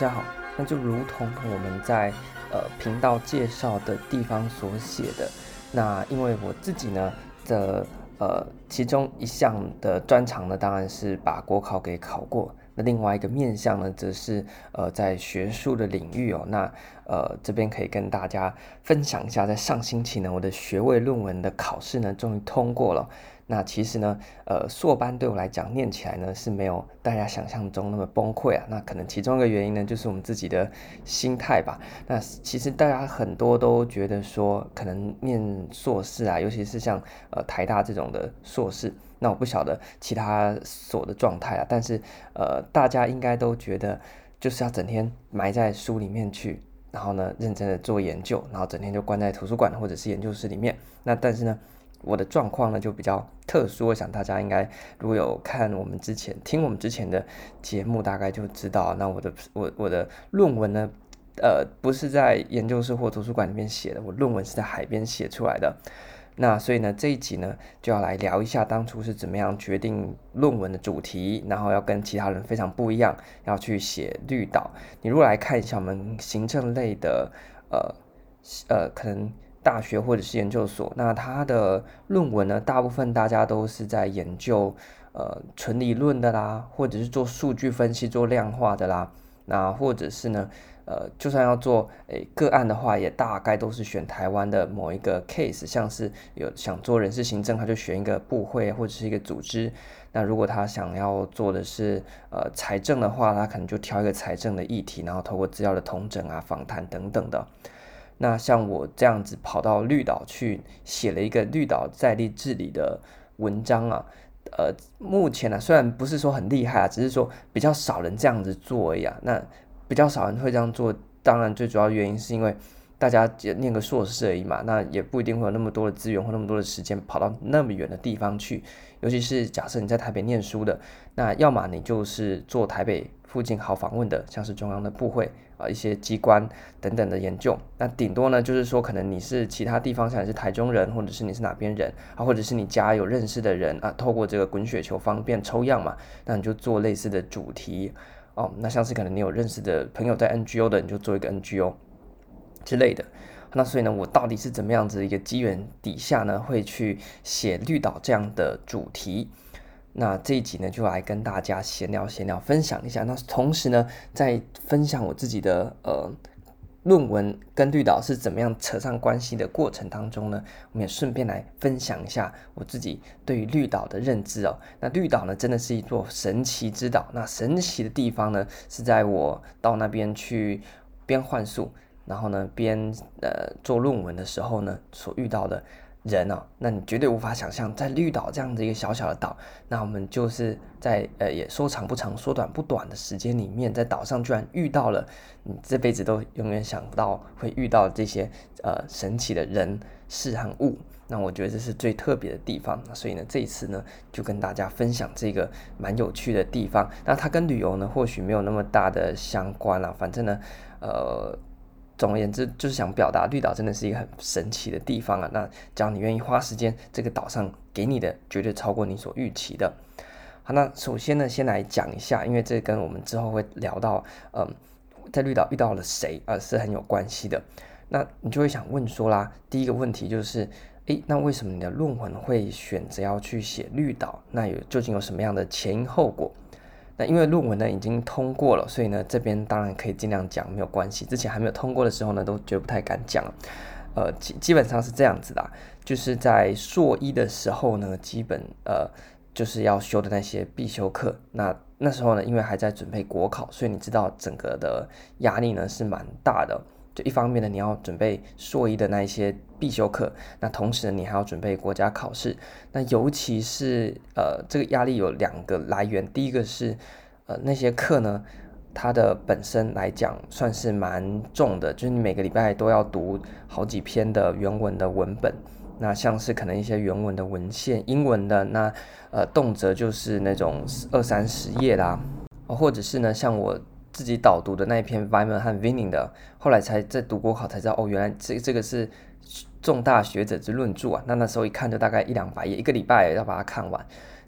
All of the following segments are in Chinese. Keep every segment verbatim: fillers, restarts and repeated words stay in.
家好，那就如同我们在呃频道介绍的地方所写的，那因为我自己呢的呃其中一项的专长呢，当然是把国考给考过。那另外一个面向呢，则是呃在学术的领域哦。那呃这边可以跟大家分享一下，在上星期呢，我的学位论文的考试呢，终于通过了。那其实呢，呃，硕班对我来讲念起来呢是没有大家想象中那么崩溃啊。那可能其中一个原因呢，就是我们自己的心态吧。那其实大家很多都觉得说，可能念硕士啊，尤其是像呃台大这种的硕士，那我不晓得其他所的状态啊，但是呃大家应该都觉得就是要整天埋在书里面去，然后呢认真的做研究，然后整天就关在图书馆或者是研究室里面。那但是呢，我的状况呢就比较特殊，我想大家应该如果有看我们之前听我们之前的节目，大概就知道，那我的我我的论文呢，呃，不是在研究室或图书馆里面写的，我论文是在海边写出来的。那所以呢，这一集呢就要来聊一下当初是怎么样决定论文的主题，然后要跟其他人非常不一样，要去写绿岛。你如果来看一下我们行政类的呃呃可能大学或者是研究所，那它的论文呢，大部分大家都是在研究呃纯理论的啦，或者是做数据分析、做量化的啦，那或者是呢。呃，就算要做诶个案的话，也大概都是选台湾的某一个 case， 像是有想做人事行政，他就选一个部会或者是一个组织。那如果他想要做的是呃财政的话，他可能就挑一个财政的议题，然后透过资料的统整啊、访谈等等的。那像我这样子跑到绿岛去写了一个绿岛在地治理的文章啊，呃，目前呢、啊、虽然不是说很厉害啊，只是说比较少人这样子做而已啊。那比较少人会这样做，当然最主要的原因是因为大家也念个硕士而已嘛，那也不一定会有那么多的资源或那么多的时间跑到那么远的地方去。尤其是假设你在台北念书的，那要么你就是做台北附近好访问的，像是中央的部会啊、呃、一些机关等等的研究。那顶多呢就是说，可能你是其他地方，像你是台中人，或者是你是哪边人啊，或者是你家有认识的人啊，透过这个滚雪球方便抽样嘛，那你就做类似的主题。哦，那像是可能你有认识的朋友在 N G O 的，你就做一个 N G O 之类的。那所以呢，我到底是怎么样子一个机缘底下呢，会去写绿岛这样的主题？那这一集呢，就来跟大家闲聊闲聊，分享一下。那同时呢，在分享我自己的呃论文跟绿岛是怎么样扯上关系的过程当中呢，我们也顺便来分享一下我自己对于绿岛的认知哦。那绿岛呢，真的是一座神奇之岛。那神奇的地方呢，是在我到那边去边换宿，然后呢边呃做论文的时候呢，所遇到的人哦，那你绝对无法想象，在绿岛这样的一个小小的岛，那我们就是在呃也说长不长，说短不短的时间里面，在岛上居然遇到了你这辈子都永远想不到会遇到这些呃神奇的人事和物。那我觉得这是最特别的地方，所以呢，这一次呢，就跟大家分享这个蛮有趣的地方。那它跟旅游呢，或许没有那么大的相关啦，反正呢，呃。总而言之，就是想表达绿岛真的是一个很神奇的地方啊。那只要你愿意花时间，这个岛上给你的绝对超过你所预期的。好，那首先呢，先来讲一下，因为这跟我们之后会聊到，嗯，在绿岛遇到了谁啊、呃，是很有关系的。那你就会想问说啦，第一个问题就是，诶，那为什么你的论文会选择要去写绿岛？那有究竟有什么样的前因后果？那因为论文呢已经通过了，所以呢这边当然可以尽量讲，没有关系。之前还没有通过的时候呢，都觉得不太敢讲。呃，基基本上是这样子的，就是在硕一的时候呢，基本呃就是要修的那些必修课。那那时候呢，因为还在准备国考，所以你知道整个的压力呢是蛮大的。就一方面呢，你要准备硕一的那一些必修课，那同时呢，你还要准备国家考试。那尤其是呃，这个压力有两个来源，第一个是呃那些课呢，它的本身来讲算是蛮重的，就是你每个礼拜都要读好几篇的原文的文本。那像是可能一些原文的文献，英文的那呃动辄就是那种二三十页啦，或者是呢像我自己导读的那一篇 Weimer 和 Vining 的，后来才在读国考才知道，哦，原来这这个是重大学者之论著啊。那那时候一看就大概一两百页，一个礼拜要把它看完。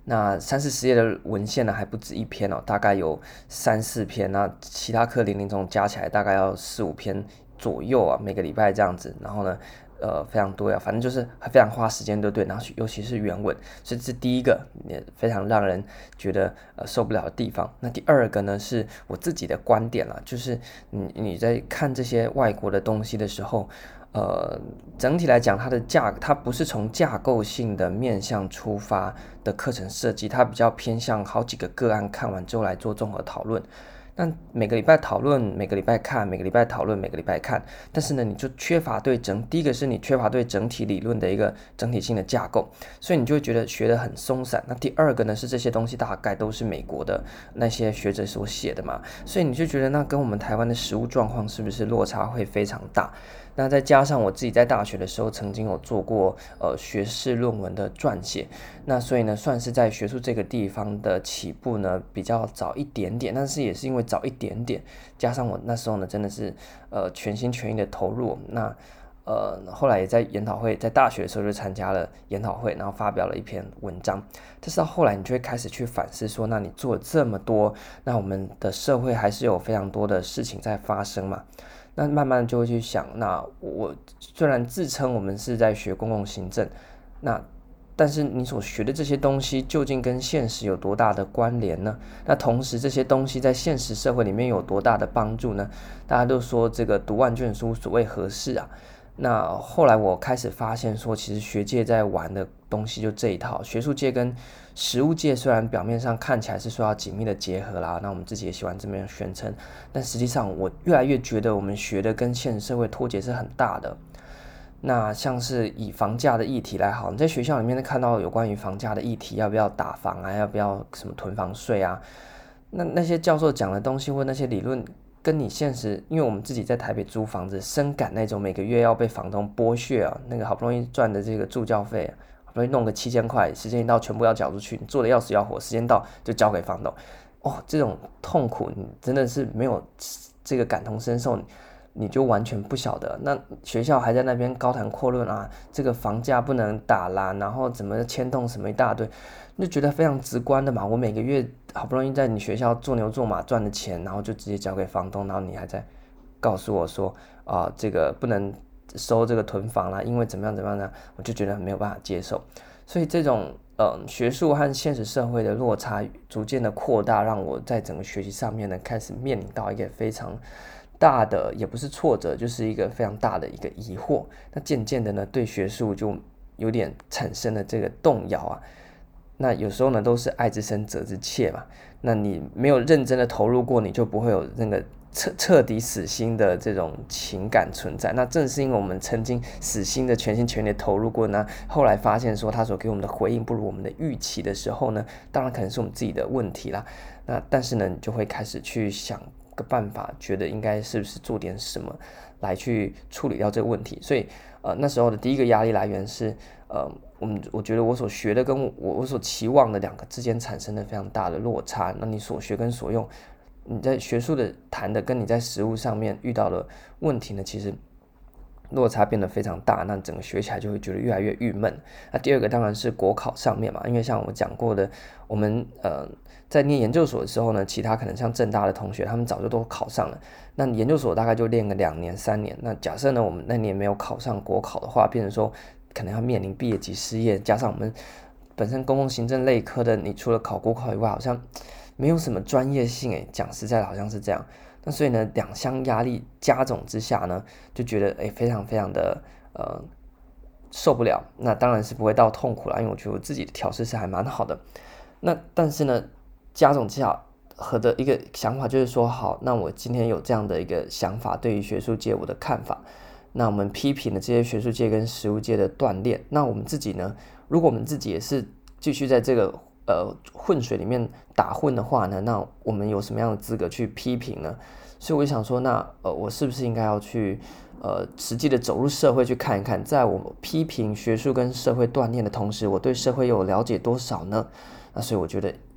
那三四十页的文献呢还不止一篇哦，大概有三四篇，那其他课零零总总加起来大概要四五篇左右啊，每个礼拜这样子，然后呢，呃，非常多呀，反正就是非常花时间，对不对？然后尤其是原文，所以这是第一个也非常让人觉得呃受不了的地方。那第二个呢，是我自己的观点啦，就是你你在看这些外国的东西的时候。呃，整体来讲，它的架它不是从架构性的面向出发的课程设计，它比较偏向好几个个案看完之后来做综合讨论。那每个礼拜讨论，每个礼拜看，每个礼拜讨论，每个礼拜看，但是呢，你就缺乏对整，第一个是你缺乏对整体理论的一个整体性的架构，所以你就会觉得学得很松散。那第二个呢，是这些东西大概都是美国的那些学者所写的嘛，所以你就觉得那跟我们台湾的实务状况是不是落差会非常大？那再加上我自己在大学的时候曾经有做过呃学士论文的撰写，那所以呢算是在学术这个地方的起步呢比较早一点点，但是也是因为早一点点，加上我那时候呢真的是呃全心全意的投入，那呃后来也在研讨会，在大学的时候就参加了研讨会，然后发表了一篇文章。但是到后来你就会开始去反思说，那你做了这么多，那我们的社会还是有非常多的事情在发生嘛。那慢慢就会去想，那我虽然自称我们是在学公共行政，那但是你所学的这些东西究竟跟现实有多大的关联呢？那同时这些东西在现实社会里面有多大的帮助呢？大家都说这个读万卷书所谓何事啊？那后来我开始发现说，其实学界在玩的东西就这一套，学术界跟实务界虽然表面上看起来是说要紧密的结合啦，那我们自己也喜欢这么样宣称，但实际上我越来越觉得我们学的跟现实社会脱节是很大的。那像是以房价的议题来好，你在学校里面看到有关于房价的议题，要不要打房啊，要不要什么囤房税啊，那那些教授讲的东西或那些理论，跟你现实，因为我们自己在台北租房子，深感那种每个月要被房东剥削啊，那个好不容易赚的这个助教费，好不容易弄个七千块，时间一到全部要缴出去，你做的要死要活，时间到就交给房东，哦，这种痛苦你真的是没有这个感同身受，你就完全不晓得。那学校还在那边高谈阔论啊，这个房价不能打啦，然后怎么牵动什么一大堆，就觉得非常直观的嘛。我每个月好不容易在你学校做牛做马赚的钱，然后就直接交给房东，然后你还在告诉我说啊、呃，这个不能收这个囤房啦，因为怎么样怎么样呢？我就觉得没有办法接受。所以这种呃学术和现实社会的落差逐渐的扩大，让我在整个学习上面呢开始面临到一个非常大的，也不是挫折，就是一个非常大的一个疑惑。那渐渐的呢，对学术就有点产生了这个动摇啊。那有时候呢，都是爱之深责之切嘛。那你没有认真的投入过，你就不会有那个彻彻底死心的这种情感存在。那正是因为我们曾经死心的全心全意的投入过呢，后来发现说他所给我们的回应不如我们的预期的时候呢，当然可能是我们自己的问题啦。那但是呢，你就会开始去想个办法，觉得应该是不是做点什么来去处理掉这个问题。所以呃那时候的第一个压力来源是呃我们我觉得我所学的跟我我所期望的两个之间产生了非常大的落差。那你所学跟所用，你在学术的谈的跟你在实务上面遇到的问题呢，其实落差变得非常大，那整个学起来就会觉得越来越郁闷。那第二个当然是国考上面嘛，因为像我讲过的，我们呃在念研究所的时候呢，其他可能像政大的同学，他们早就都考上了。那研究所大概就练个两年三年。那假设呢，我们那年没有考上国考的话，变成说可能要面临毕业及失业，加上我们本身公共行政类科的，你除了考国考以外，好像没有什么专业性诶，讲实在的好像是这样。那所以呢，两相压力加总之下呢，就觉得诶非常非常的呃受不了。那当然是不会到痛苦啦，因为我觉得我自己的调试是还蛮好的。那但是呢，加总之下和的一个想法就是说，好，那我今天有这样的一个想法，对于学术界我的看法，那我们批评了这些学术界跟实务界的锻炼，那我们自己呢，如果我们自己也是继续在这个呃混水里面打混的话呢，那我们有什么样的资格去批评呢？所以我想说，那呃我是不是应该要去呃实际的走入社会去看一看，在我批评学术跟社会锻炼的同时，我对社会有了解多少呢？那所以我觉得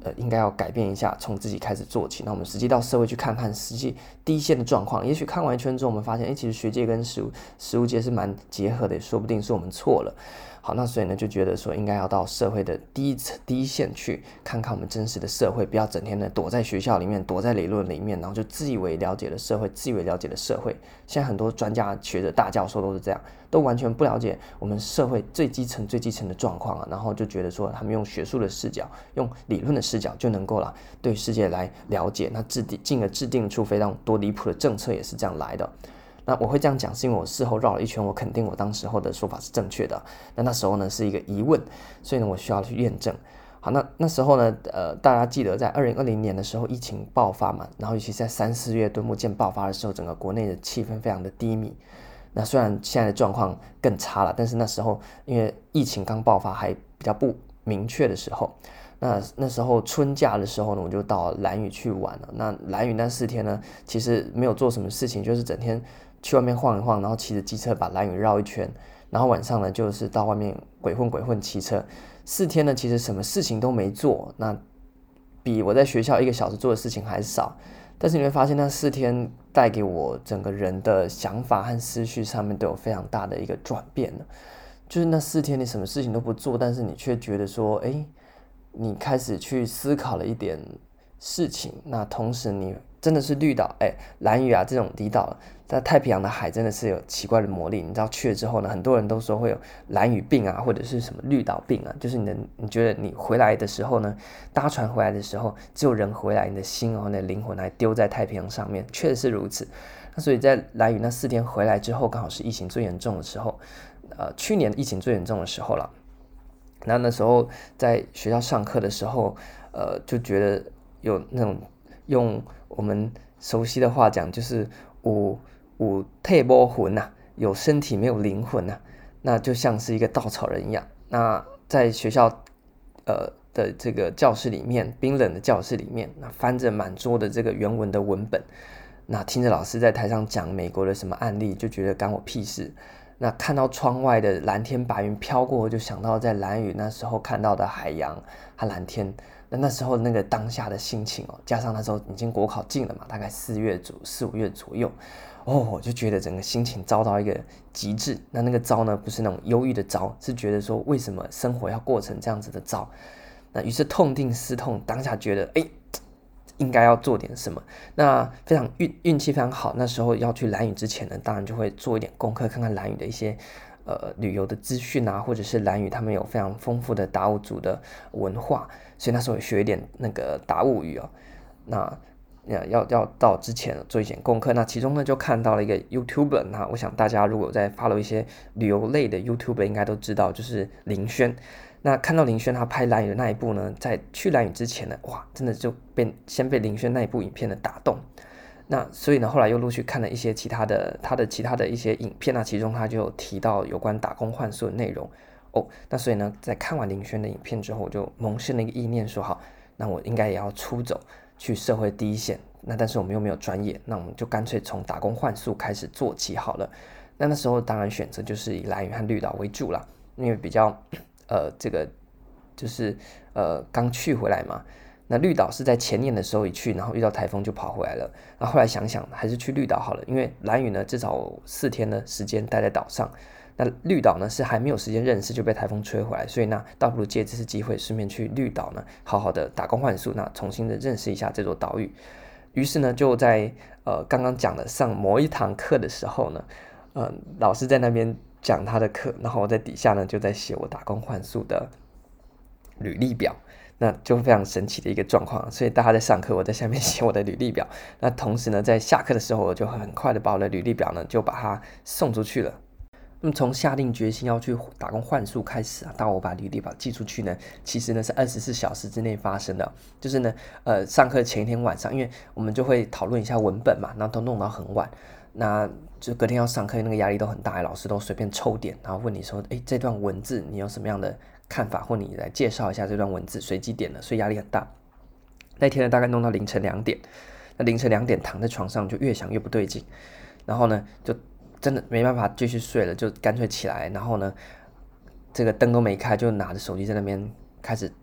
呃应该要改变一下，从自己开始做起。那我们实际到社会去看看实际第一线的状况，也许看完一圈之后，我们发现，哎，其实学界跟实务实务界是蛮结合的，也说不定是我们错了。好，那所以呢，就觉得说应该要到社会的第一层、第一线去看看我们真实的社会，不要整天的躲在学校里面、躲在理论里面，然后就自以为了解了社会、自以为了解了社会。现在很多专家学者、大教授都是这样，都完全不了解我们社会最基层、最基层的状况啊，然后就觉得说他们用学术的视角、用理论的视角就能够啦对世界来了解，那制定进而制定出非常多离谱的政策，也是这样来的。那我会这样讲，是因为我事后绕了一圈，我肯定我当时候的说法是正确的。那那时候呢是一个疑问，所以呢我需要去验证。好，那那时候呢，呃，大家记得在二零二零年的时候，疫情爆发嘛，然后尤其在三四月敦睦舰爆发的时候，整个国内的气氛非常的低迷。那虽然现在的状况更差了，但是那时候因为疫情刚爆发还比较不明确的时候，那那时候春假的时候呢，我就到兰屿去玩了。那兰屿那四天呢，其实没有做什么事情，就是整天去外面晃一晃，然后骑着机车把兰屿绕一圈，然后晚上呢就是到外面鬼混鬼混骑车。四天呢，其实什么事情都没做，那比我在学校一个小时做的事情还少。但是你会发现，那四天带给我整个人的想法和思绪上面都有非常大的一个转变了。就是那四天你什么事情都不做，但是你却觉得说，哎，你开始去思考了一点事情。那同时你真的是绿岛，哎，兰屿啊这种离岛，在太平洋的海真的是有奇怪的魔力。你知道去了之后呢，很多人都说会有兰屿病啊，或者是什么绿岛病啊，就是你的你觉得你回来的时候呢，搭船回来的时候，只有人回来，你的心哦，你的灵魂还丢在太平洋上面，确实是如此。那所以在兰屿那四天回来之后，刚好是疫情最严重的时候，呃，去年疫情最严重的时候了。那那时候在学校上课的时候，呃，就觉得有那种用我们熟悉的话讲，就是有有体无魂呐，有身体没有灵魂呐、啊，那就像是一个稻草人一样。那在学校呃的这个教室里面，冰冷的教室里面，那翻着满桌的这个原文的文本，那听着老师在台上讲美国的什么案例，就觉得干我屁事。那看到窗外的蓝天白云飘过，就想到在兰屿那时候看到的海洋和蓝天。那那时候那个当下的心情哦，加上那时候已经国考近了嘛，大概四月左四五月左右，哦，我就觉得整个心情糟到一个极致。那那个糟呢，不是那种忧郁的糟，是觉得说为什么生活要过成这样子的糟。那于是痛定思痛，当下觉得哎。应该要做点什么，那非常运运气非常好。那时候要去兰屿之前呢，当然就会做一点功课，看看兰屿的一些呃旅游的资讯啊，或者是兰屿他们有非常丰富的达悟族的文化，所以那时候也学一点那个达悟语哦。那要要到之前做一点功课，那其中呢就看到了一个 YouTuber， 那我想大家如果在 follow 一些旅游类的 YouTuber 应该都知道，就是林轩。那看到林轩他拍兰屿的那一部呢，在去兰屿之前呢，哇，真的就被先被林轩那一部影片的打动。那所以呢，后来又陆续看了一些其他的他的其他的一些影片，那其中他就有提到有关打工换宿的内容哦。那所以呢，在看完林轩的影片之后，我就萌生了一个意念说，好，那我应该也要出走去社会第一线。那但是我们又没有专业，那我们就干脆从打工换宿开始做起好了。那那时候当然选择就是以兰屿和绿岛为主啦，因为比较。呃，这个就是呃刚去回来嘛。那绿岛是在前年的时候一去，然后遇到台风就跑回来了。那后来想想还是去绿岛好了，因为兰屿呢至少四天的时间待在岛上，那绿岛呢是还没有时间认识就被台风吹回来，所以呢倒不如借这次机会顺便去绿岛呢好好的打工换宿，那重新的认识一下这座岛屿。于是呢就在呃刚刚讲的上某一堂课的时候呢，呃老师在那边讲他的课，然后我在底下呢就在写我打工换宿的履历表，那就非常神奇的一个状况。所以大家在上课，我在下面写我的履历表，那同时呢在下课的时候，我就很快的把我的履历表呢就把它送出去了。那么从下定决心要去打工换宿开始啊，到我把履历表寄出去呢，其实呢是二十四小时之内发生的。就是呢，呃，上课前一天晚上，因为我们就会讨论一下文本嘛，然后都弄到很晚。那就隔天要上课，那个压力都很大，老师都随便抽点，然后问你说，哎，这段文字你有什么样的看法，或你来介绍一下这段文字，随机点的，所以压力很大。那天呢，大概弄到凌晨两点，那凌晨两点躺在床上就越想越不对劲，然后呢，就真的没办法继续睡了，就干脆起来，然后呢，这个灯都没开，就拿着手机在那边开始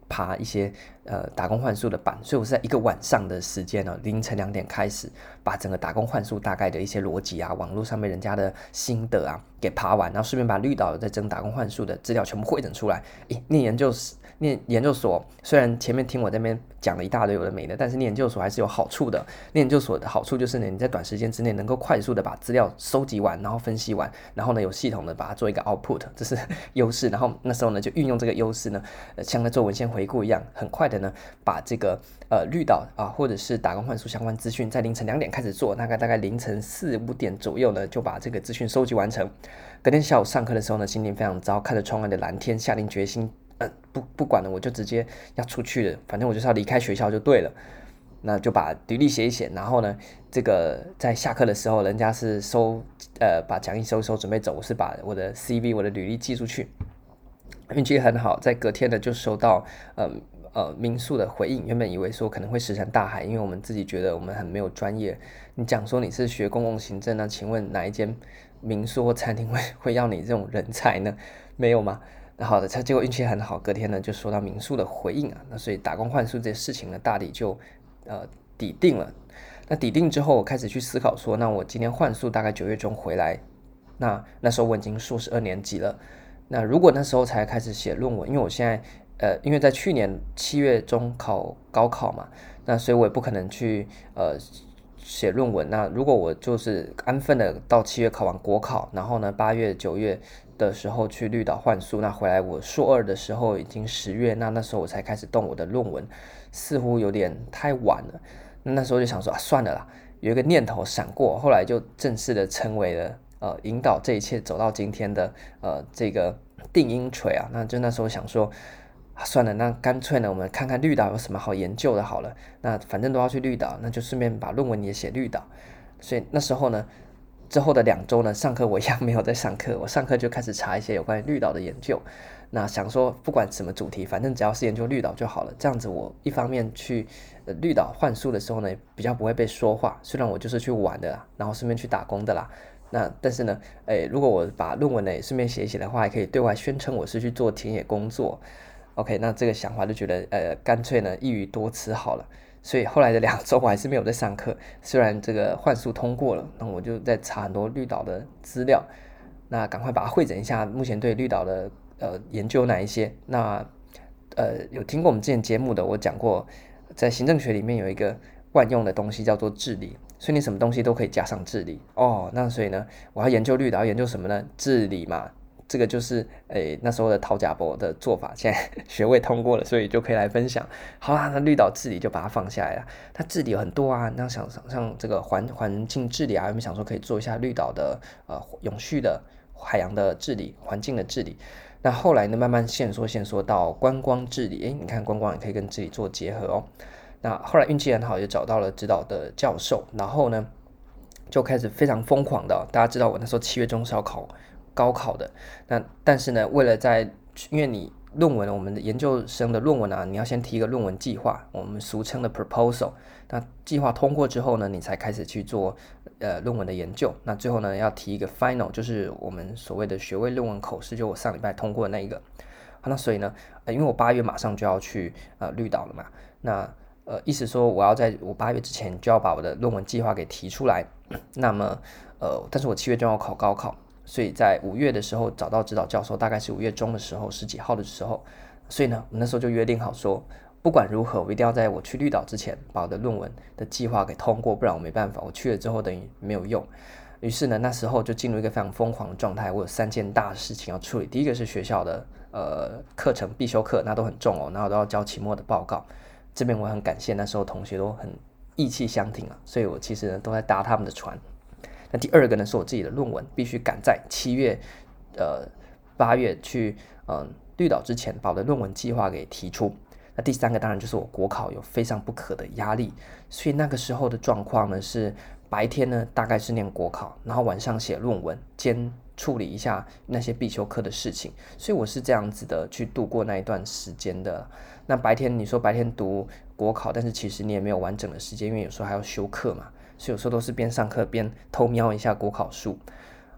爬一些呃打工换宿的班，所以我是在一个晚上的时间呢，凌晨两点开始，把整个打工换宿大概的一些逻辑啊，网络上面人家的心得啊给爬完，然后顺便把绿岛在征打工换宿的资料全部汇整出来。诶，念研究念研究所，虽然前面听我在那边讲了一大堆有的没的，但是念研究所还是有好处的。念研究所的好处就是呢，你在短时间之内能够快速的把资料收集完，然后分析完，然后呢有系统的把它做一个 output， 这是优势。然后那时候呢就运用这个优势呢，呃，像在做文献回顾一样，很快的呢把这个呃绿岛啊或者是打工换宿相关资讯，在凌晨两点开始做，大概大概凌晨四五点左右呢就把这个资讯收集完成。隔天下午上课的时候呢，心情非常糟，看着窗外的蓝天，下定决心。呃，不不管了，我就直接要出去了，反正我就是要离开学校就对了。那就把履历写一写，然后呢，这个在下课的时候，人家是收呃把讲义收一收，准备走，我是把我的 C V 我的履历寄出去。运气很好，在隔天呢就收到呃呃民宿的回应。原本以为说可能会石沉大海，因为我们自己觉得我们很没有专业。你讲说你是学公共行政，那请问哪一间民宿或餐厅会会要你这种人才呢？没有吗？好的，他结果运气很好，隔天呢就收到民宿的回应啊，那所以打工换宿这些事情呢，大抵就呃抵定了。那抵定之后，我开始去思考说，那我今年换宿大概九月中回来，那那时候我已经硕士二年级了。那如果那时候才开始写论文，因为我现在呃，因为在去年七月中考高考嘛，那所以我也不可能去呃写论文。那如果我就是安分的到七月考完国考，然后呢八月九月的时候去绿岛换宿，那回来我硕二的时候已经十月，那那时候我才开始动我的论文，似乎有点太晚了。那那时候就想说啊，算了啦，有一个念头闪过，后来就正式的成为了呃引导这一切走到今天的呃这个定音锤啊。那就那时候想说。啊、算了，那干脆呢，我们看看绿岛有什么好研究的好了。那反正都要去绿岛，那就顺便把论文也写绿岛。所以那时候呢，之后的两周呢，上课我一样没有在上课，我上课就开始查一些有关于绿岛的研究。那想说，不管什么主题，反正只要是研究绿岛就好了。这样子，我一方面去、呃、绿岛换宿的时候呢，比较不会被说话。虽然我就是去玩的啦，然后顺便去打工的啦。那但是呢，诶，如果我把论文呢也顺便写一写的话，还可以对外宣称我是去做田野工作。OK，那这个想法就觉得，呃，干脆呢一鱼多吃好了。所以后来的两周我还是没有在上课，虽然这个换宿通过了，那我就在查很多绿岛的资料，那赶快把它汇整一下，目前对绿岛的呃研究哪一些？那呃有听过我们之前节目的，我讲过，在行政学里面有一个万用的东西叫做治理，所以你什么东西都可以加上治理哦。那所以呢，我要研究绿岛，要研究什么呢？治理嘛。这个就是诶那时候的陶家博的做法，现在学位通过了，所以就可以来分享。好啦，那绿岛治理就把它放下来了。它治理有很多啊，那想像这个环环境治理啊，有没有想说可以做一下绿岛的呃永续的海洋的治理、环境的治理？那后来呢，慢慢线缩线缩到观光治理。诶，你看观光也可以跟治理做结合哦。那后来运气很好，也找到了指导的教授，然后呢就开始非常疯狂的、哦。大家知道我那时候七月中是要考高考的，那但是呢，为了在因为你论文，我们的研究生的论文啊，你要先提一个论文计划，我们俗称的 proposal。那计划通过之后呢，你才开始去做呃论文的研究。那最后呢，要提一个 final， 就是我们所谓的学位论文口试，就我上礼拜通过的那一个。好，那所以呢，呃，因为我八月马上就要去呃绿岛了嘛，那呃意思说我要在我八月之前就要把我的论文计划给提出来。那么呃，但是我七月就要考高考。所以在五月的时候找到指导教授，大概是五月中的时候，十几号的时候，所以呢，我那时候就约定好说，不管如何，我一定要在我去绿岛之前把我的论文的计划给通过，不然我没办法，我去了之后等于没有用。于是呢，那时候就进入一个非常疯狂的状态，我有三件大事情要处理。第一个是学校的呃课程必修课，那都很重哦，然后都要交期末的报告。这边我很感谢那时候同学都很意气相挺啊，所以我其实呢都在搭他们的船。那第二个呢，是我自己的论文必须赶在七月、呃八月去嗯绿岛之前把我的论文计划给提出。那第三个当然就是我国考有非常不可的压力，所以那个时候的状况呢是白天呢大概是念国考，然后晚上写论文兼处理一下那些必修课的事情，所以我是这样子的去度过那一段时间的。那白天你说白天读国考，但是其实你也没有完整的时间，因为有时候还要修课嘛。所以有时候都是边上课边偷瞄一下国考书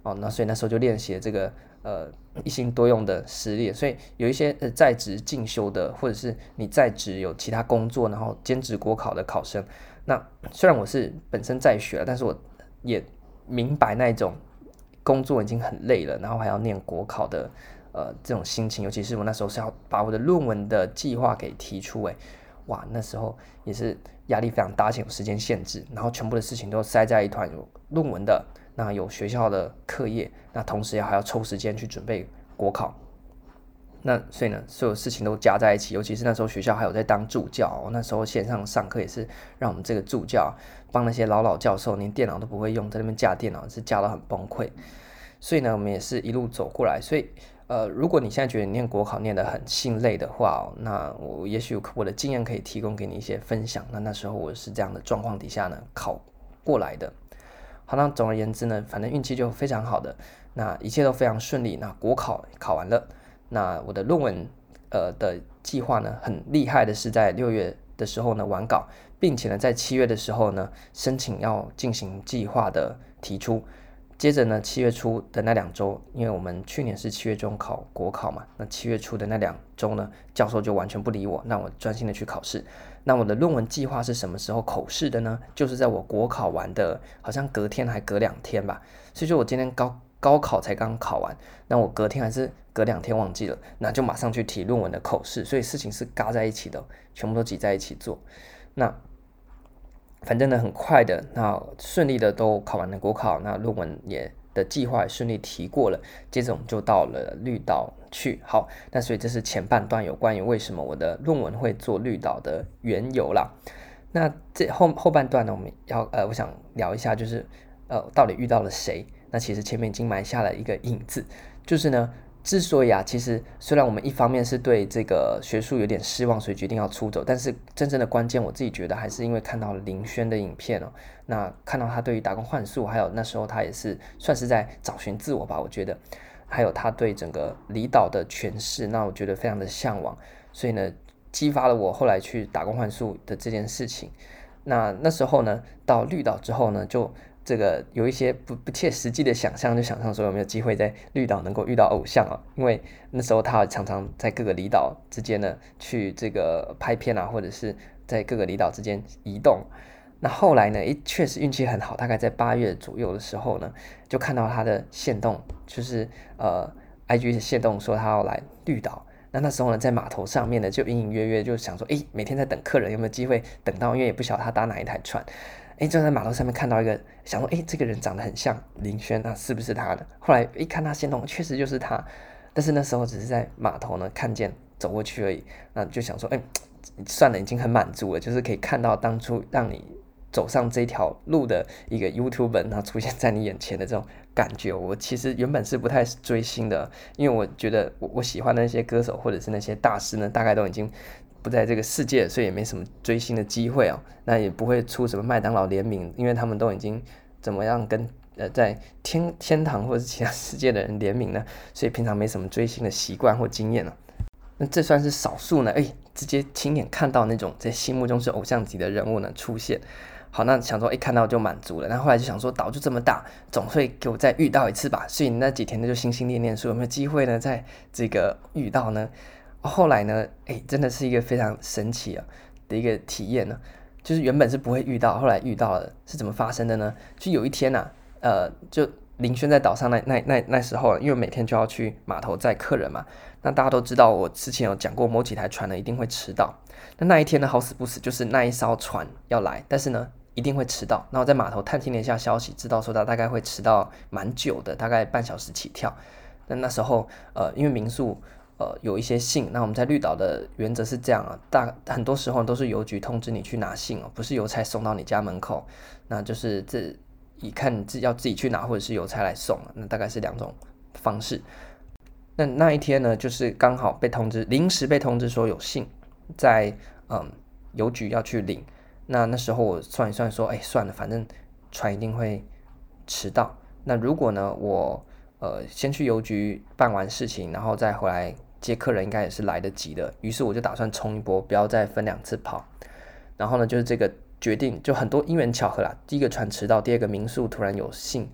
哦，那所以那时候就练习了这个呃一心多用的实力，所以有一些呃在职进修的，或者是你在职有其他工作，然后兼职国考的考生，那虽然我是本身在学，但是我也明白那种工作已经很累了，然后还要念国考的呃这种心情，尤其是我那时候是要把我的论文的计划给提出，诶，哇，那时候也是压力非常大，而且有时间限制，然后全部的事情都塞在一团，有论文的，那有学校的课业，那同时也还要抽时间去准备国考。那所以呢，所有事情都加在一起，尤其是那时候学校还有在当助教，哦，那时候线上上课也是让我们这个助教帮那些老老教授连电脑都不会用，在那边架电脑是架到很崩溃。所以呢，我们也是一路走过来。所以呃，如果你现在觉得你念国考念得很心累的话，哦，那我也许我的经验可以提供给你一些分享。那那时候我是这样的状况底下呢考过来的。好，那总而言之呢，反正运气就非常好的，那一切都非常顺利。那国考考完了，那我的论文呃的计划呢，很厉害的是在六月的时候呢完稿，并且呢在七月的时候呢申请要进行计划的提出。接着呢，七月初的那两周，因为我们去年是七月中考国考嘛，那七月初的那两周呢，教授就完全不理我，让我专心的去考试。那我的论文计划是什么时候口试的呢？就是在我国考完的，好像隔天还隔两天吧。所以说我今天高高考才刚考完，那我隔天还是隔两天忘记了，那就马上去提论文的口试，所以事情是嘎在一起的，全部都挤在一起做。那反正呢，很快的，那顺利的都考完了国考，那论文也的计划也顺利提过了。接着我们就到了绿岛去。好，那所以这是前半段有关于为什么我的论文会做绿岛的缘由啦。那这后后半段呢，我们要呃，我想聊一下，就是呃，到底遇到了谁？那其实前面已经埋下了一个影子，就是呢。之所以啊，其实虽然我们一方面是对这个学术有点失望，所以决定要出走，但是真正的关键，我自己觉得还是因为看到了林轩的影片哦，那看到他对于打工换宿，还有那时候他也是算是在找寻自我吧，我觉得，还有他对整个离岛的诠释，那我觉得非常的向往，所以呢，激发了我后来去打工换宿的这件事情。那那时候呢，到绿岛之后呢，就这个有一些不不切实际的想象，就想象说有没有机会在绿岛能够遇到偶像啊？因为那时候他常常在各个离岛之间呢去这个拍片啊，或者是在各个离岛之间移动。那后来呢，诶，确实运气很好，大概在八月左右的时候呢，就看到他的限动，就是呃 I G 的限动说他要来绿岛。那那时候呢，在码头上面呢，就隐隐约约就想说，诶，每天在等客人，有没有机会等到？因为也不晓得他搭哪一台船。哎，就在码头上面看到一个，想说，哎，这个人长得很像林轩，那是不是他的？后来一看他先动，确实就是他。但是那时候只是在码头呢看见走过去而已，那就想说，哎，算了，已经很满足了，就是可以看到当初让你走上这条路的一个 YouTuber， 然后出现在你眼前的这种感觉。我其实原本是不太追星的，因为我觉得我我喜欢的那些歌手或者是那些大师呢，大概都已经不在这个世界，所以也没什么追星的机会哦。那也不会出什么麦当劳联名，因为他们都已经怎么样跟呃在天天堂或者是其他世界的人联名呢？所以平常没什么追星的习惯或经验了。那这算是少数呢，哎，直接亲眼看到那种在心目中是偶像级的人物呢出现。好，那想说，一看到就满足了。然后后来就想说，岛就这么大，总会给我再遇到一次吧。所以那几天呢，就心心念念说，有没有机会呢，在这个遇到呢？后来呢，哎，真的是一个非常神奇啊的一个体验呢。就是原本是不会遇到，后来遇到了，是怎么发生的呢？就有一天呐、啊，呃，就林轩在岛上那那那那时候，因为每天就要去码头载客人嘛。那大家都知道，我之前有讲过，某几台船呢一定会迟到。那那一天呢，好死不死就是那一艘船要来，但是呢一定会迟到。那我在码头探听了一下消息，知道说他大概会迟到蛮久的，大概半小时起跳。那那时候呃，因为民宿呃有一些信，那我们在绿岛的原则是这样啊，大很多时候都是邮局通知你去拿信哦，不是邮差送到你家门口。那就是这一看你自己要自己去拿，或者是邮差来送，那大概是两种方式。那那一天呢，就是刚好被通知，临时被通知说有信在嗯邮局要去领。那那时候我算一算说，哎，算了，反正船一定会迟到。那如果呢，我呃先去邮局办完事情，然后再回来接客人，应该也是来得及的。于是我就打算冲一波，不要再分两次跑。然后呢，就是这个决定，就很多因缘巧合啦。第一个船迟到，第二个民宿突然有信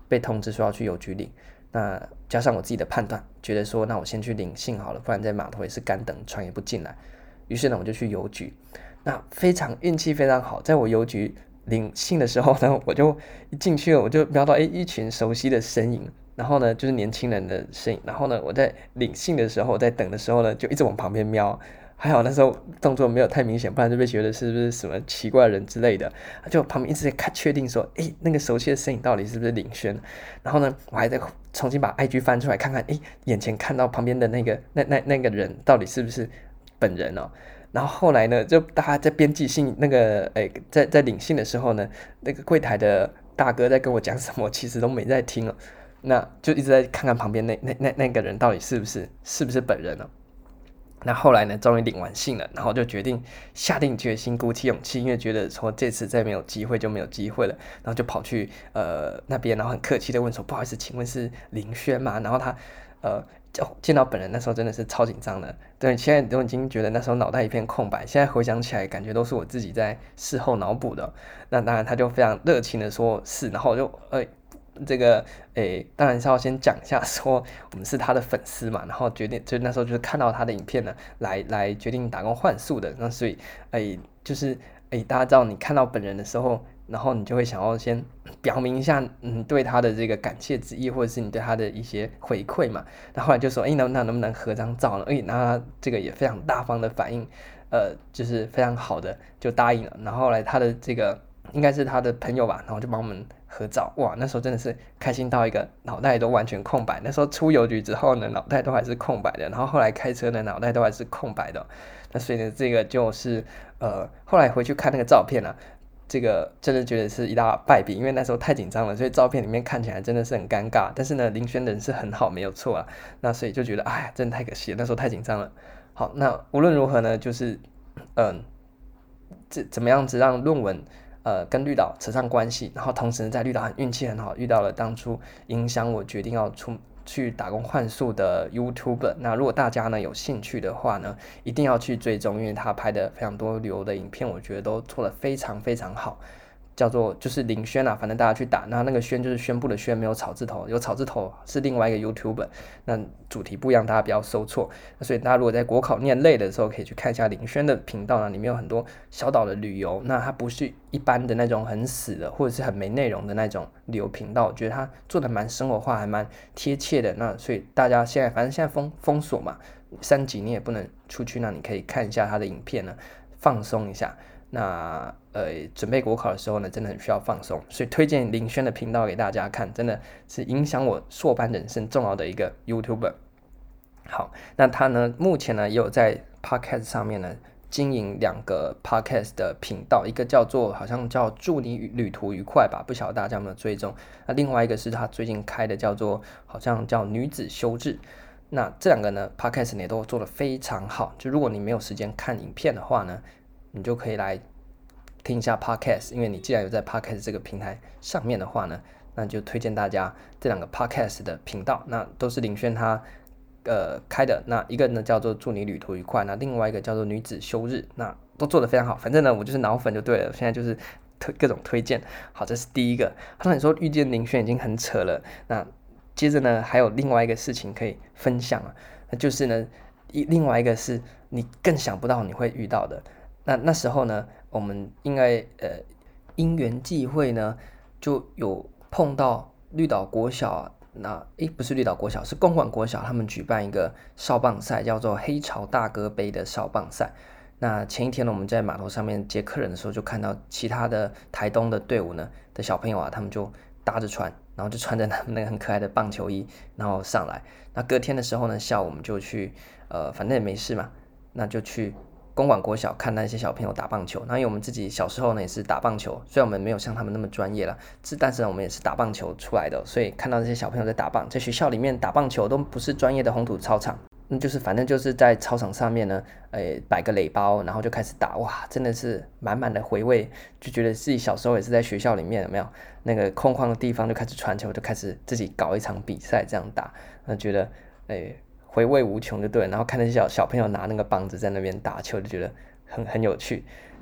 被通知说要去邮局领，那加上我自己的判断，觉得说那我先去领信好了，不然在码头也是干等，船也不进来。于是呢，我就去邮局。那非常运气非常好，在我邮局领信的时候呢，我就一进去了，我就瞄到哎一群熟悉的身影，然后呢就是年轻人的身影，然后呢我在领信的时候，在等的时候呢，就一直往旁边瞄。还好那时候动作没有太明显，不然就被觉得是不是什么奇怪的人之类的。就旁边一直在看，确定说，哎，那个熟悉的身影到底是不是林轩？然后呢，我还在重新把 I G 翻出来看看，哎，眼前看到旁边的那个那那那个人到底是不是本人哦？然后后来呢，就大家在编辑信那个，哎，在在领信的时候呢，那个柜台的大哥在跟我讲什么，其实都没在听哦。那就一直在看看旁边那那那那个人到底是不是是不是本人哦。那后来呢，终于领完信了，然后就决定下定决心，鼓起勇气，因为觉得说这次再没有机会就没有机会了，然后就跑去呃那边，然后很客气的问说，不好意思，请问是林轩吗？然后他呃见到本人那时候真的是超紧张的，对，现在都已经觉得那时候脑袋一片空白，现在回想起来，感觉都是我自己在事后脑补的。那当然他就非常热情的说是，然后我就呃。这个诶，当然是要先讲一下，说我们是他的粉丝嘛，然后决定就那时候就是看到他的影片呢，来来决定打工换宿的。那所以诶，就是诶，大家知道你看到本人的时候，然后你就会想要先表明一下，嗯，对他的这个感谢之意，或者是你对他的一些回馈嘛。那后来就说，诶，那那能不能合张照呢？诶，那他这个也非常大方的反应，呃，就是非常好的就答应了。然后后来他的这个应该是他的朋友吧，然后就帮我们合照。哇，那时候真的是开心到一个脑袋都完全空白。那时候出邮局之后呢，脑袋都还是空白的，然后后来开车呢，脑袋都还是空白的。那所以呢，这个就是呃，后来回去看那个照片啊，这个真的觉得是一大败笔，因为那时候太紧张了，所以照片里面看起来真的是很尴尬。但是呢，林轩人是很好，没有错啊。那所以就觉得，哎，真的太可惜了，那时候太紧张了。好，那无论如何呢，就是嗯，这怎么样子让论文呃跟绿岛扯上关系，然后同时在绿岛很运气很好，遇到了当初影响我决定要出去打工换宿的 YouTuber。那如果大家呢有兴趣的话呢，一定要去追踪，因为他拍的非常多旅游的影片，我觉得都做得非常非常好。叫做就是林轩啊，反正大家去打，那那个轩就是宣布的轩，没有草字头，有草字头是另外一个 YouTuber， 那主题不一样，大家不要搜错。所以大家如果在国考念累的时候，可以去看一下林轩的频道呢，里面有很多小岛的旅游，那它不是一般的那种很死的，或者是很没内容的那种旅游频道，我觉得他做的蛮生活化，还蛮贴切的。那所以大家现在反正现在封封锁嘛，三级你也不能出去，那你可以看一下他的影片呢，放松一下。那呃，准备国考的时候呢，真的很需要放松，所以推荐林轩的频道给大家看，真的是影响我硕班人生重要的一个 YouTuber。好，那他呢，目前呢也有在 Podcast 上面呢经营两个 Podcast 的频道，一个叫做好像叫祝你旅途愉快吧，不晓得大家有没有追踪。那另外一个是他最近开的叫做好像叫女子修治。那这两个呢 Podcast 也都做得非常好，就如果你没有时间看影片的话呢，你就可以来听一下 Podcast， 因为你既然有在 Podcast 这个平台上面的话呢，那就推荐大家这两个 Podcast 的频道，那都是林轩他呃开的。那一个呢叫做祝你旅途愉快，那另外一个叫做女子休日，那都做得非常好。反正呢，我就是脑粉就对了，现在就是推各种推荐。好，这是第一个。那你说遇见林轩已经很扯了，那接着呢还有另外一个事情可以分享啊，那就是呢一另外一个是你更想不到你会遇到的。那那时候呢，我们应该呃因缘际会呢，就有碰到绿岛国小啊，那诶不是绿岛国小，是公馆国小，他们举办一个少棒赛，叫做黑潮大哥杯的少棒赛。那前一天呢，我们在码头上面接客人的时候，就看到其他的台东的队伍呢的小朋友啊，他们就搭着船，然后就穿着他们那个很可爱的棒球衣，然后上来。那隔天的时候呢，下午我们就去，呃，反正也没事嘛，那就去公馆国小看那些小朋友打棒球。那因为我们自己小时候呢也是打棒球，虽然我们没有像他们那么专业啦，但是呢我们也是打棒球出来的，所以看到这些小朋友在打棒，在学校里面打棒球都不是专业的红土操场，那就是反正就是在操场上面呢，诶摆个垒包，然后就开始打，哇，真的是满满的回味，就觉得自己小时候也是在学校里面有没有那个空旷的地方就开始传球，就开始自己搞一场比赛这样打，那觉得诶回味无穷就对了。然后看那些小小朋友拿那个棒子在那边打球，就觉得很很有趣。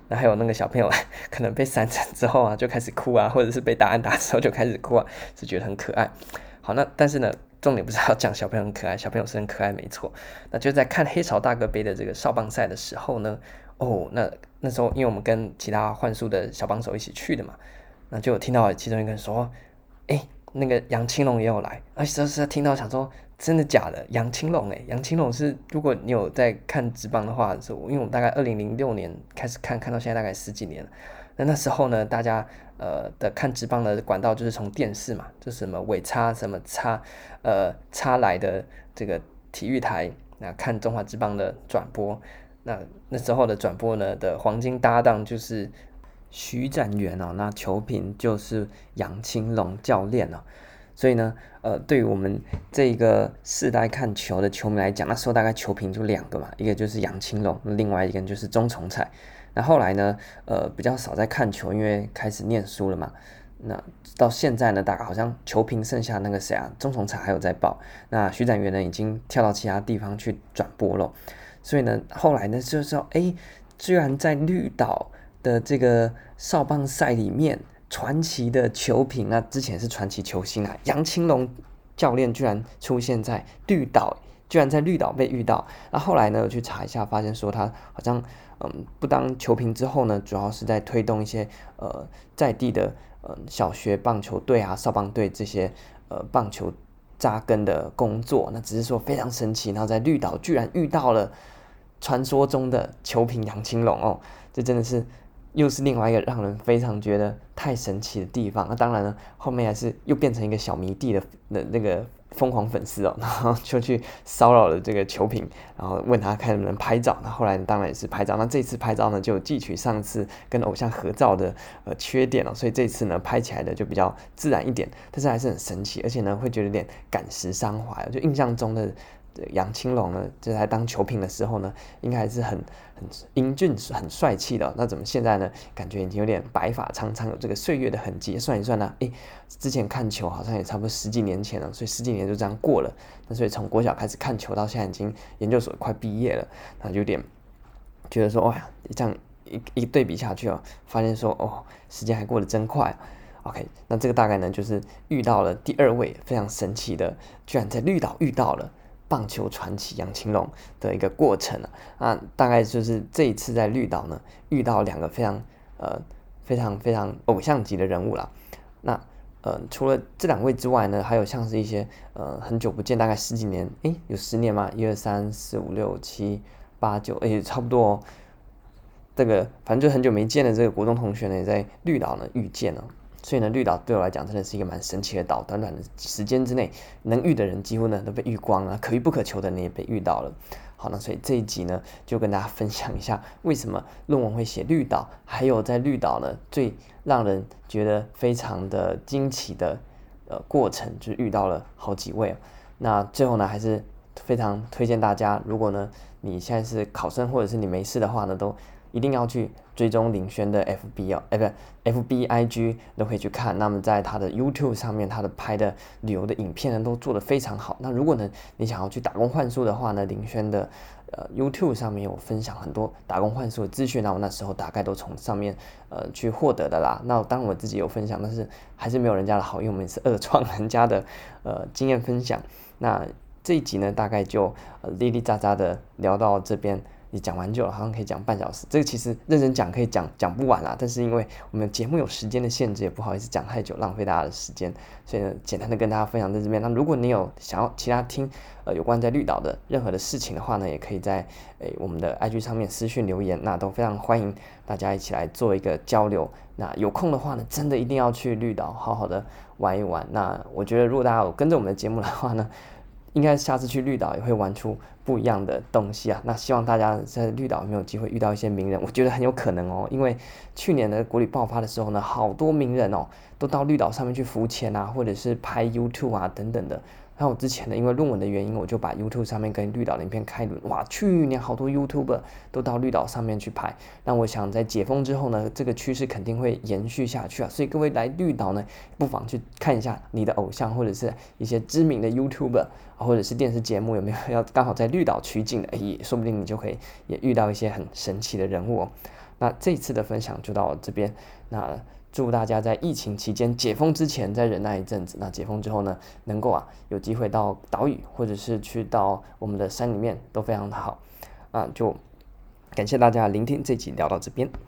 那还有那个小朋友可能被闪成之后啊就开始哭啊，或者是被打安打之后就开始哭啊，是觉得很可爱。好，那但是呢，重点不是要讲小朋友很可爱，小朋友是很可爱没错。那就在看黑潮大哥杯的这个少棒赛的时候呢，哦，那那时候因为我们跟其他幻术的小帮手一起去的嘛，那就有听到其中一个人说，哎，那个杨青龙也有来，而且是听到想说真的假的？杨青龙哎，杨青龙是如果你有在看职棒的话，是因为我们大概二零零六年开始看，看到现在大概十几年了。那那时候呢，大家呃的看职棒的管道就是从电视嘛，就是什么伟差什么差呃差来的这个体育台，那看中华职棒的转播。那那时候的转播呢的黄金搭档就是徐展元哦，那球评就是杨青龙教练哦。所以呢，呃，对于我们这个世代看球的球迷来讲，那时候大概球评就两个嘛，一个就是杨青龙，另外一个就是钟崇彩。那后来呢，呃，比较少在看球，因为开始念书了嘛。那到现在呢，大概好像球评剩下那个谁啊，钟崇彩还有在报。那徐展元呢，已经跳到其他地方去转播了。所以呢，后来呢，就是说，哎，居然在绿岛的这个少棒赛里面，传奇的球评，那之前是传奇球星啊，杨青龙教练居然出现在绿岛，居然在绿岛被遇到。那后来呢，我去查一下，发现说他好像嗯不当球评之后呢，主要是在推动一些呃在地的呃小学棒球队啊、少棒队这些呃棒球扎根的工作。那只是说非常神奇，然后在绿岛居然遇到了传说中的球评杨青龙哦，这真的是又是另外一个让人非常觉得太神奇的地方。那当然了，后面还是又变成一个小迷弟的的那个疯狂粉丝哦，然后就去骚扰了这个球评，然后问他看能不能拍照。那后来当然也是拍照，那这次拍照呢就汲取上次跟偶像合照的呃缺点哦，所以这次呢拍起来的就比较自然一点，但是还是很神奇，而且呢会觉得有点感时伤怀，就印象中的杨青龙呢，就在当球评的时候呢，应该还是很很英俊、很帅气的、哦。那怎么现在呢？感觉已经有点白发苍苍，有这个岁月的痕迹。算一算呢，诶，之前看球好像也差不多十几年前了，所以十几年就这样过了。那所以从国小开始看球到现在已经研究所快毕业了，那有点觉得说，哇、哦，这样一一对比下去哦，发现说，哦，时间还过得真快。OK， 那这个大概呢就是遇到了第二位非常神奇的，居然在绿岛遇到了棒球传奇杨青龙的一个过程啊，啊，大概就是这一次在绿岛呢遇到两个非常呃非常非常偶像级的人物啦。那呃除了这两位之外呢，还有像是一些呃很久不见，大概十几年，诶，有十年吗？一二三四五六七八九，诶，差不多哦。这个反正就很久没见的这个国中同学呢，也在绿岛呢遇见了。所以呢，绿岛对我来讲真的是一个蛮神奇的岛，短短的时间之内，能遇的人几乎呢都被遇光了，可遇不可求的人也被遇到了。好，那所以这一集呢，就跟大家分享一下为什么论文会写绿岛，还有在绿岛呢最让人觉得非常的惊奇的呃过程，就是遇到了好几位。那最后呢，还是非常推荐大家，如果呢你现在是考生或者是你没事的话呢，都一定要去追踪领轩的 F B 哦，哎，不 F B I G 都可以去看。那么在他的 YouTube 上面，他的拍的旅游的影片呢，都做得非常好。那如果呢，你想要去打工换宿的话呢，领轩的呃 YouTube 上面有分享很多打工换宿的资讯，那我那时候大概都从上面呃去获得的啦。那当然我自己有分享，但是还是没有人家的好，因为我们是二创人家的呃经验分享。那这一集呢，大概就呃哩哩喳喳的聊到这边。你讲完久了，好像可以讲半小时。这个其实认真讲可以讲讲不完啦，但是因为我们节目有时间的限制，也不好意思讲太久，浪费大家的时间，所以呢，简单的跟大家分享在这边。那如果你有想要其他听呃有关在绿岛的任何的事情的话呢，也可以在诶我们的 I G 上面私讯留言，那都非常欢迎大家一起来做一个交流。那有空的话呢，真的一定要去绿岛好好的玩一玩。那我觉得如果大家有跟着我们的节目的话呢，应该下次去绿岛也会玩出不一样的东西啊！那希望大家在绿岛有没有机会遇到一些名人？我觉得很有可能哦，因为去年的国旅爆发的时候呢，好多名人哦都到绿岛上面去浮潜啊，或者是拍 YouTube 啊等等的。然后之前呢，因为论文的原因，我就把 YouTube 上面跟绿岛的影片开轮，哇，去年好多 YouTuber 都到绿岛上面去拍。那我想在解封之后呢，这个趋势肯定会延续下去啊。所以各位来绿岛呢，不妨去看一下你的偶像或者是一些知名的 YouTuber。或者是电视节目有没有要刚好在绿岛取景的，哎，说不定你就可以也遇到一些很神奇的人物哦。 那这一次的分享就到这边，那祝大家在疫情期间解封之前再忍耐一阵子，那解封之后呢，能够啊有机会到岛屿或者是去到我们的山里面都非常的好啊，就感谢大家聆听，这集聊到这边。